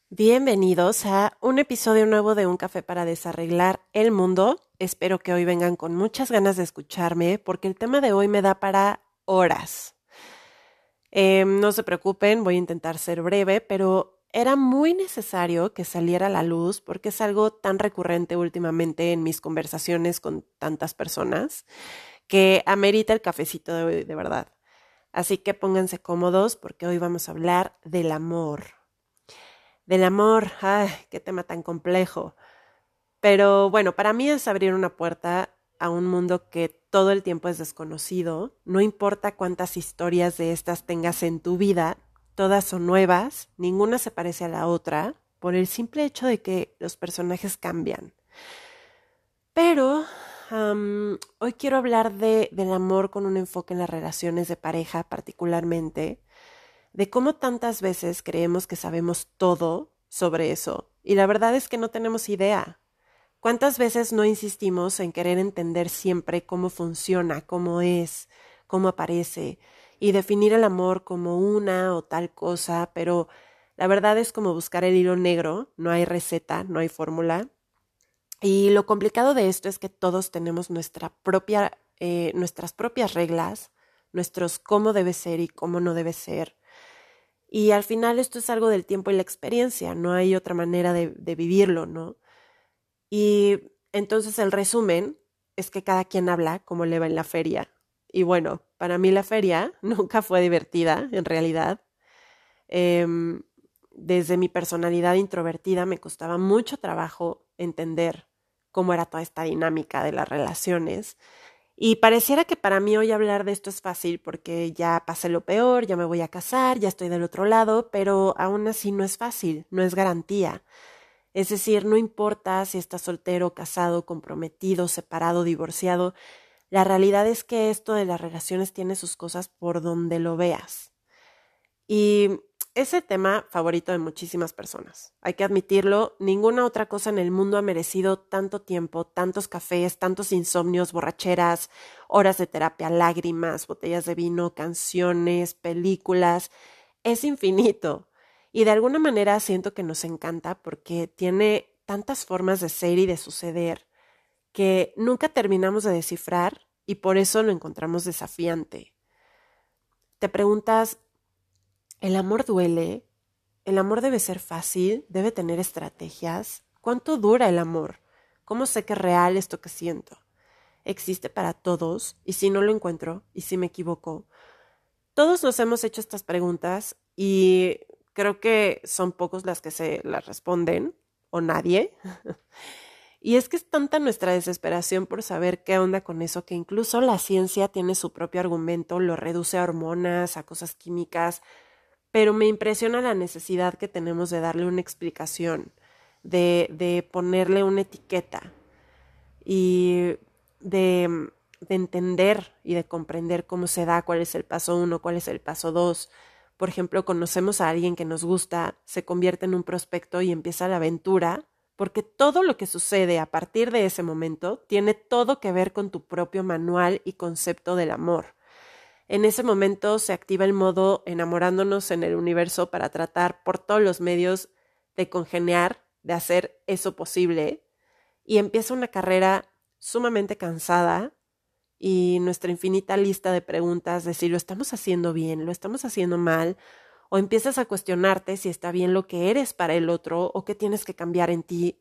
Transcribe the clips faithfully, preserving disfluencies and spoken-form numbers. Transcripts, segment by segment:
Bienvenidos a un episodio nuevo de Un Café para Desarreglar el Mundo. Espero que hoy vengan con muchas ganas de escucharme porque el tema de hoy me da para horas. Eh, no se preocupen, voy a intentar ser breve, pero era muy necesario que saliera a la luz porque es algo tan recurrente últimamente en mis conversaciones con tantas personas que amerita el cafecito de hoy, de verdad. Así que pónganse cómodos porque hoy vamos a hablar del amor. Del amor, ay, qué tema tan complejo. Pero bueno, para mí es abrir una puerta a un mundo que todo el tiempo es desconocido. No importa cuántas historias de estas tengas en tu vida, todas son nuevas, ninguna se parece a la otra, por el simple hecho de que los personajes cambian. Pero um, hoy quiero hablar de, del amor con un enfoque en las relaciones de pareja particularmente, de cómo tantas veces creemos que sabemos todo sobre eso y la verdad es que no tenemos idea. ¿Cuántas veces no insistimos en querer entender siempre cómo funciona, cómo es, cómo aparece y definir el amor como una o tal cosa, pero la verdad es como buscar el hilo negro, no hay receta, no hay fórmula. Y lo complicado de esto es que todos tenemos nuestra propia, eh, nuestras propias reglas, nuestros cómo debe ser y cómo no debe ser. Y al final esto es algo del tiempo y la experiencia, no hay otra manera de, de vivirlo, ¿no? Y entonces el resumen es que cada quien habla como le va en la feria. Y bueno, para mí la feria nunca fue divertida, en realidad. Eh, desde mi personalidad introvertida me costaba mucho trabajo entender cómo era toda esta dinámica de las relaciones. Y pareciera que para mí hoy hablar de esto es fácil porque ya pasé lo peor, ya me voy a casar, ya estoy del otro lado, pero aún así no es fácil, no es garantía. Es decir, no importa si estás soltero, casado, comprometido, separado, divorciado, la realidad es que esto de las relaciones tiene sus cosas por donde lo veas. Y es el tema favorito de muchísimas personas. Hay que admitirlo, ninguna otra cosa en el mundo ha merecido tanto tiempo, tantos cafés, tantos insomnios, borracheras, horas de terapia, lágrimas, botellas de vino, canciones, películas. Es infinito. Y de alguna manera siento que nos encanta porque tiene tantas formas de ser y de suceder que nunca terminamos de descifrar y por eso lo encontramos desafiante. Te preguntas, ¿el amor duele? ¿El amor debe ser fácil? ¿Debe tener estrategias? ¿Cuánto dura el amor? ¿Cómo sé que es real esto que siento? ¿Existe para todos? ¿Y si no lo encuentro? ¿Y si me equivoco? Todos nos hemos hecho estas preguntas y creo que son pocos las que se las responden, o nadie. Y es que es tanta nuestra desesperación por saber qué onda con eso que incluso la ciencia tiene su propio argumento, lo reduce a hormonas, a cosas químicas, pero me impresiona la necesidad que tenemos de darle una explicación, de, de ponerle una etiqueta y de, de entender y de comprender cómo se da, cuál es el paso uno, cuál es el paso dos. Por ejemplo, conocemos a alguien que nos gusta, se convierte en un prospecto y empieza la aventura, porque todo lo que sucede a partir de ese momento tiene todo que ver con tu propio manual y concepto del amor. En ese momento se activa el modo enamorándonos en el universo para tratar por todos los medios de congeniar, de hacer eso posible, y empieza una carrera sumamente cansada y nuestra infinita lista de preguntas de si lo estamos haciendo bien, lo estamos haciendo mal, o empiezas a cuestionarte si está bien lo que eres para el otro o qué tienes que cambiar en ti.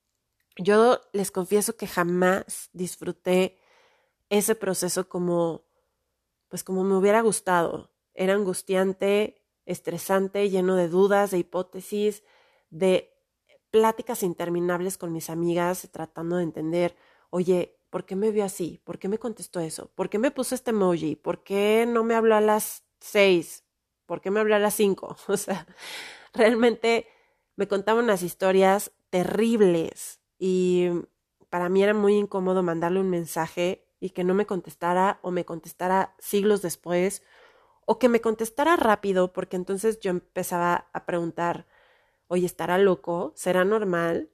Yo les confieso que jamás disfruté ese proceso como, pues como me hubiera gustado. Era angustiante, estresante, lleno de dudas, de hipótesis, de pláticas interminables con mis amigas tratando de entender, oye, ¿por qué me vio así? ¿Por qué me contestó eso? ¿Por qué me puso este emoji? ¿Por qué no me habló a las seis? ¿Por qué me habló a las cinco? O sea, realmente me contaban unas historias terribles y para mí era muy incómodo mandarle un mensaje y que no me contestara o me contestara siglos después o que me contestara rápido porque entonces yo empezaba a preguntar, oye, ¿estará loco? ¿Será normal?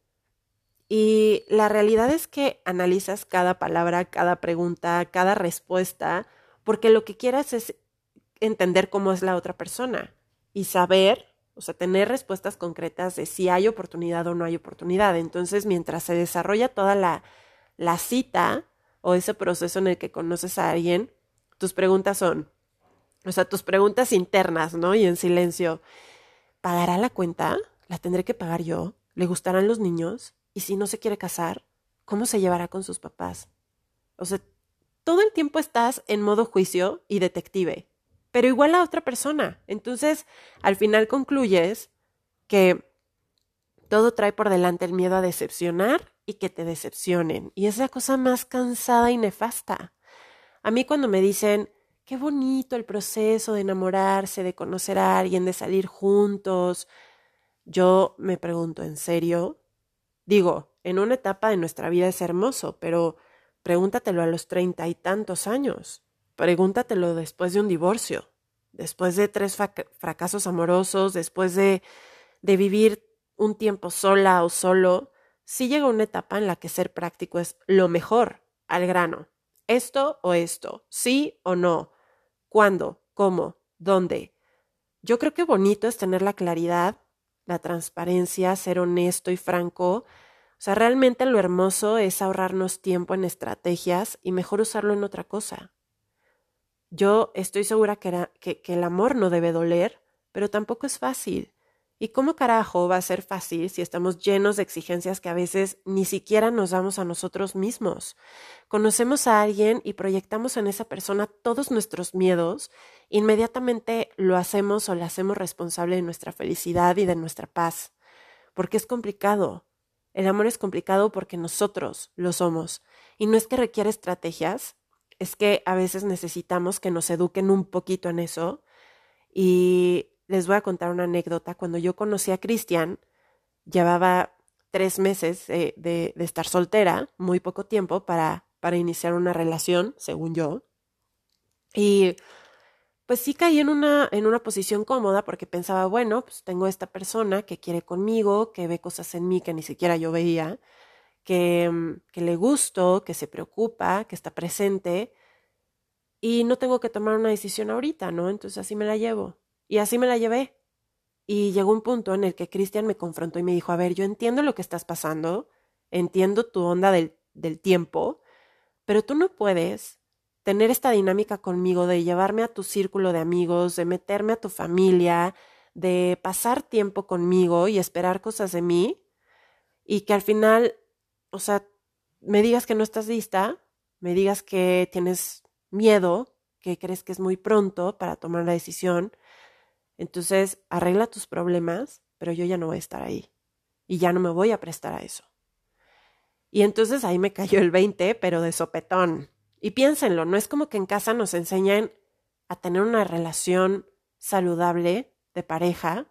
Y la realidad es que analizas cada palabra, cada pregunta, cada respuesta, porque lo que quieras es entender cómo es la otra persona y saber O sea, tener respuestas concretas de si hay oportunidad o no hay oportunidad. Entonces, mientras se desarrolla toda la, la cita o ese proceso en el que conoces a alguien, tus preguntas son, o sea, tus preguntas internas, ¿no? Y en silencio, ¿pagará la cuenta? ¿La tendré que pagar yo? ¿Le gustarán los niños? ¿Y si no se quiere casar? ¿Cómo se llevará con sus papás? O sea, todo el tiempo estás en modo juicio y detective, pero igual a otra persona. Entonces, al final concluyes que todo trae por delante el miedo a decepcionar y que te decepcionen. Y es la cosa más cansada y nefasta. A mí cuando me dicen, qué bonito el proceso de enamorarse, de conocer a alguien, de salir juntos, yo me pregunto, ¿en serio? Digo, en una etapa de nuestra vida es hermoso, pero pregúntatelo a los treinta y tantos años. Pregúntatelo después de un divorcio, después de tres fracasos amorosos, después de, de vivir un tiempo sola o solo. Sí llega una etapa en la que ser práctico es lo mejor, al grano. Esto o esto, sí o no, cuándo, cómo, dónde. Yo creo que bonito es tener la claridad, la transparencia, ser honesto y franco. O sea, realmente lo hermoso es ahorrarnos tiempo en estrategias y mejor usarlo en otra cosa. Yo estoy segura que, era, que, que el amor no debe doler, pero tampoco es fácil. ¿Y cómo carajo va a ser fácil si estamos llenos de exigencias que a veces ni siquiera nos damos a nosotros mismos? Conocemos a alguien y proyectamos en esa persona todos nuestros miedos, inmediatamente lo hacemos o la hacemos responsable de nuestra felicidad y de nuestra paz. Porque es complicado. El amor es complicado porque nosotros lo somos. Y no es que requiere estrategias, es que a veces necesitamos que nos eduquen un poquito en eso. Y les voy a contar una anécdota. Cuando yo conocí a Cristian, llevaba tres meses de, de, de estar soltera, muy poco tiempo para, para iniciar una relación, según yo. Y pues sí caí en una, en una posición cómoda porque pensaba, bueno, pues tengo esta persona que quiere conmigo, que ve cosas en mí que ni siquiera yo veía, que, que le gusto, que se preocupa, que está presente y no tengo que tomar una decisión ahorita, ¿no? Entonces así me la llevo. Y así me la llevé. Y llegó un punto en el que Cristian me confrontó y me dijo, a ver, yo entiendo lo que estás pasando, entiendo tu onda del, del tiempo, pero tú no puedes tener esta dinámica conmigo de llevarme a tu círculo de amigos, de meterme a tu familia, de pasar tiempo conmigo y esperar cosas de mí y que al final, o sea, me digas que no estás lista, me digas que tienes miedo, que crees que es muy pronto para tomar la decisión. Entonces, arregla tus problemas, pero yo ya no voy a estar ahí y ya no me voy a prestar a eso. Y entonces ahí me cayó el veinte, pero de sopetón. Y piénsenlo, no es como que en casa nos enseñan a tener una relación saludable de pareja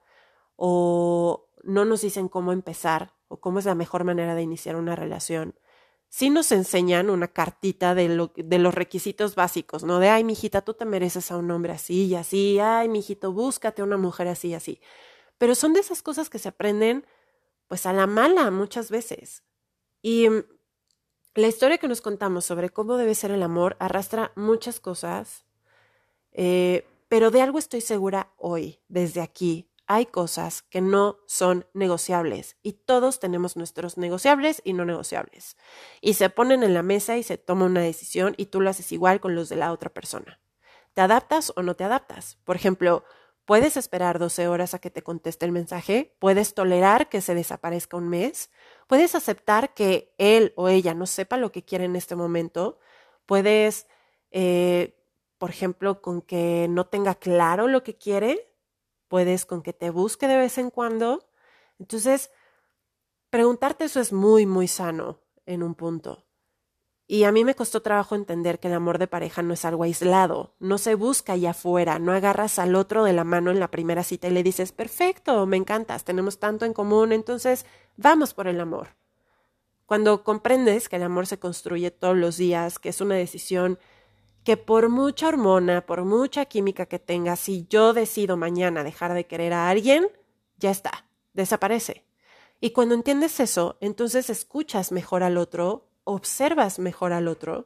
o no nos dicen cómo empezar o cómo es la mejor manera de iniciar una relación. Sí nos enseñan una cartita de, lo, de los requisitos básicos, ¿no? De, ay, mijita, tú te mereces a un hombre así y así. Ay, mijito, búscate a una mujer así y así. Pero son de esas cosas que se aprenden, pues, a la mala muchas veces. Y la historia que nos contamos sobre cómo debe ser el amor arrastra muchas cosas, eh, pero de algo estoy segura hoy, desde aquí. Hay cosas que no son negociables y todos tenemos nuestros negociables y no negociables. Y se ponen en la mesa y se toma una decisión y tú lo haces igual con los de la otra persona. ¿Te adaptas o no te adaptas? Por ejemplo, ¿puedes esperar doce horas a que te conteste el mensaje? ¿Puedes tolerar que se desaparezca un mes? ¿Puedes aceptar que él o ella no sepa lo que quiere en este momento? ¿Puedes, eh, por ejemplo, con que no tenga claro lo que quiere? Puedes con que te busque de vez en cuando. Entonces, preguntarte eso es muy, muy sano en un punto. Y a mí me costó trabajo entender que el amor de pareja no es algo aislado, no se busca allá afuera, no agarras al otro de la mano en la primera cita y le dices, perfecto, me encantas, tenemos tanto en común, entonces vamos por el amor. Cuando comprendes que el amor se construye todos los días, que es una decisión que por mucha hormona, por mucha química que tenga, si yo decido mañana dejar de querer a alguien, ya está, desaparece. Y cuando entiendes eso, entonces escuchas mejor al otro, observas mejor al otro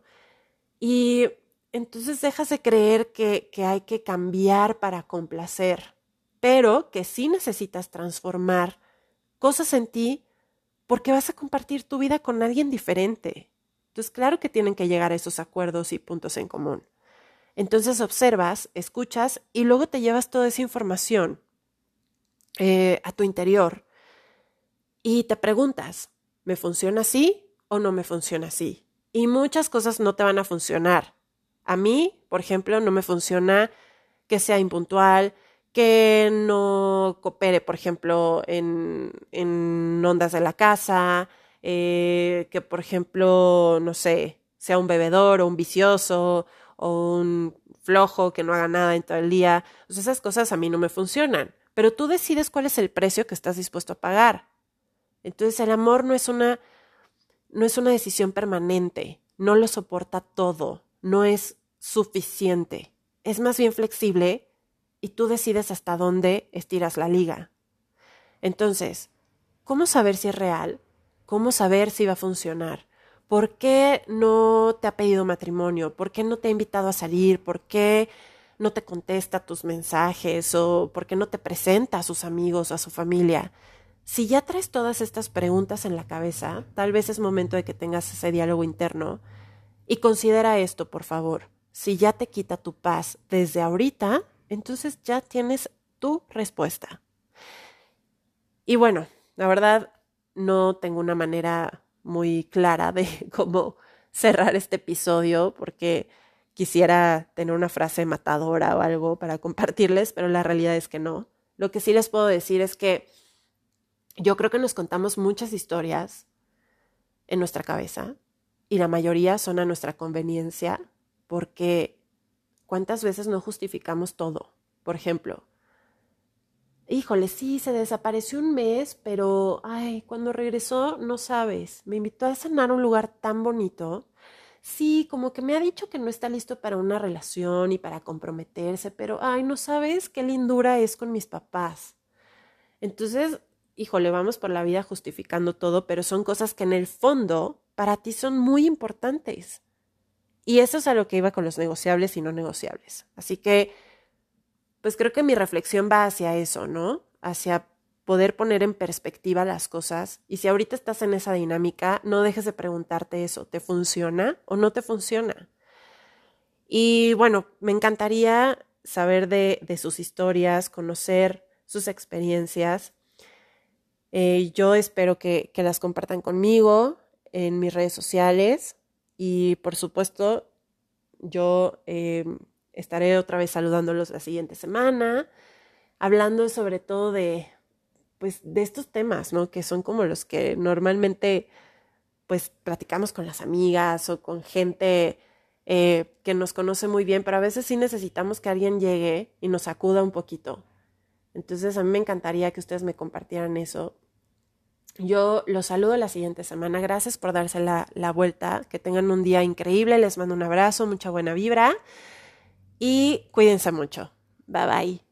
y entonces dejas de creer que, que hay que cambiar para complacer. pero que sí necesitas transformar cosas en ti porque vas a compartir tu vida con alguien diferente. Entonces, claro que tienen que llegar a esos acuerdos y puntos en común. Entonces observas, escuchas y luego te llevas toda esa información eh, a tu interior y te preguntas, ¿me funciona así o no me funciona así? Y muchas cosas no te van a funcionar. A mí, por ejemplo, no me funciona que sea impuntual, que no coopere, por ejemplo, en, en ondas de la casa, eh, que, por ejemplo, no sé, sea un bebedor o un vicioso o un flojo que no haga nada en todo el día. O sea, esas cosas a mí no me funcionan. Pero tú decides cuál es el precio que estás dispuesto a pagar. Entonces, el amor no es una, no es una decisión permanente, no lo soporta todo, no es suficiente. Es más bien flexible y tú decides hasta dónde estiras la liga. Entonces, ¿cómo saber si es real? ¿Cómo saber si va a funcionar? ¿Por qué no te ha pedido matrimonio? ¿Por qué no te ha invitado a salir? ¿Por qué no te contesta tus mensajes? ¿O por qué no te presenta a sus amigos o a su familia? Si ya traes todas estas preguntas en la cabeza, tal vez es momento de que tengas ese diálogo interno y considera esto, por favor. Si ya te quita tu paz desde ahorita, entonces ya tienes tu respuesta. Y bueno, la verdad no tengo una manera muy clara de cómo cerrar este episodio porque quisiera tener una frase matadora o algo para compartirles, pero la realidad es que no. Lo que sí les puedo decir es que yo creo que nos contamos muchas historias en nuestra cabeza y la mayoría son a nuestra conveniencia porque ¿cuántas veces no justificamos todo? Por ejemplo, híjole, sí, se desapareció un mes, pero, ay, cuando regresó, no sabes, me invitó a cenar a un lugar tan bonito. Sí, como que me ha dicho que no está listo para una relación y para comprometerse, pero, ay, no sabes qué lindura es con mis papás. Entonces, híjole, vamos por la vida justificando todo, pero son cosas que en el fondo para ti son muy importantes. Y eso es a lo que iba con los negociables y no negociables. Así que pues creo que mi reflexión va hacia eso, ¿no? Hacia poder poner en perspectiva las cosas. Y si ahorita estás en esa dinámica, no dejes de preguntarte eso, ¿te funciona o no te funciona? Y bueno, me encantaría saber de, de sus historias, conocer sus experiencias. Eh, yo espero que, que las compartan conmigo en mis redes sociales y por supuesto yo eh, estaré otra vez saludándolos la siguiente semana, hablando sobre todo de, pues, de estos temas, ¿no? Que son como los que normalmente pues platicamos con las amigas o con gente eh, que nos conoce muy bien, pero a veces sí necesitamos que alguien llegue y nos sacuda un poquito. Entonces a mí me encantaría que ustedes me compartieran eso. Yo los saludo la siguiente semana. Gracias por darse la, la vuelta. Que tengan un día increíble. Les mando un abrazo, mucha buena vibra y cuídense mucho. Bye bye.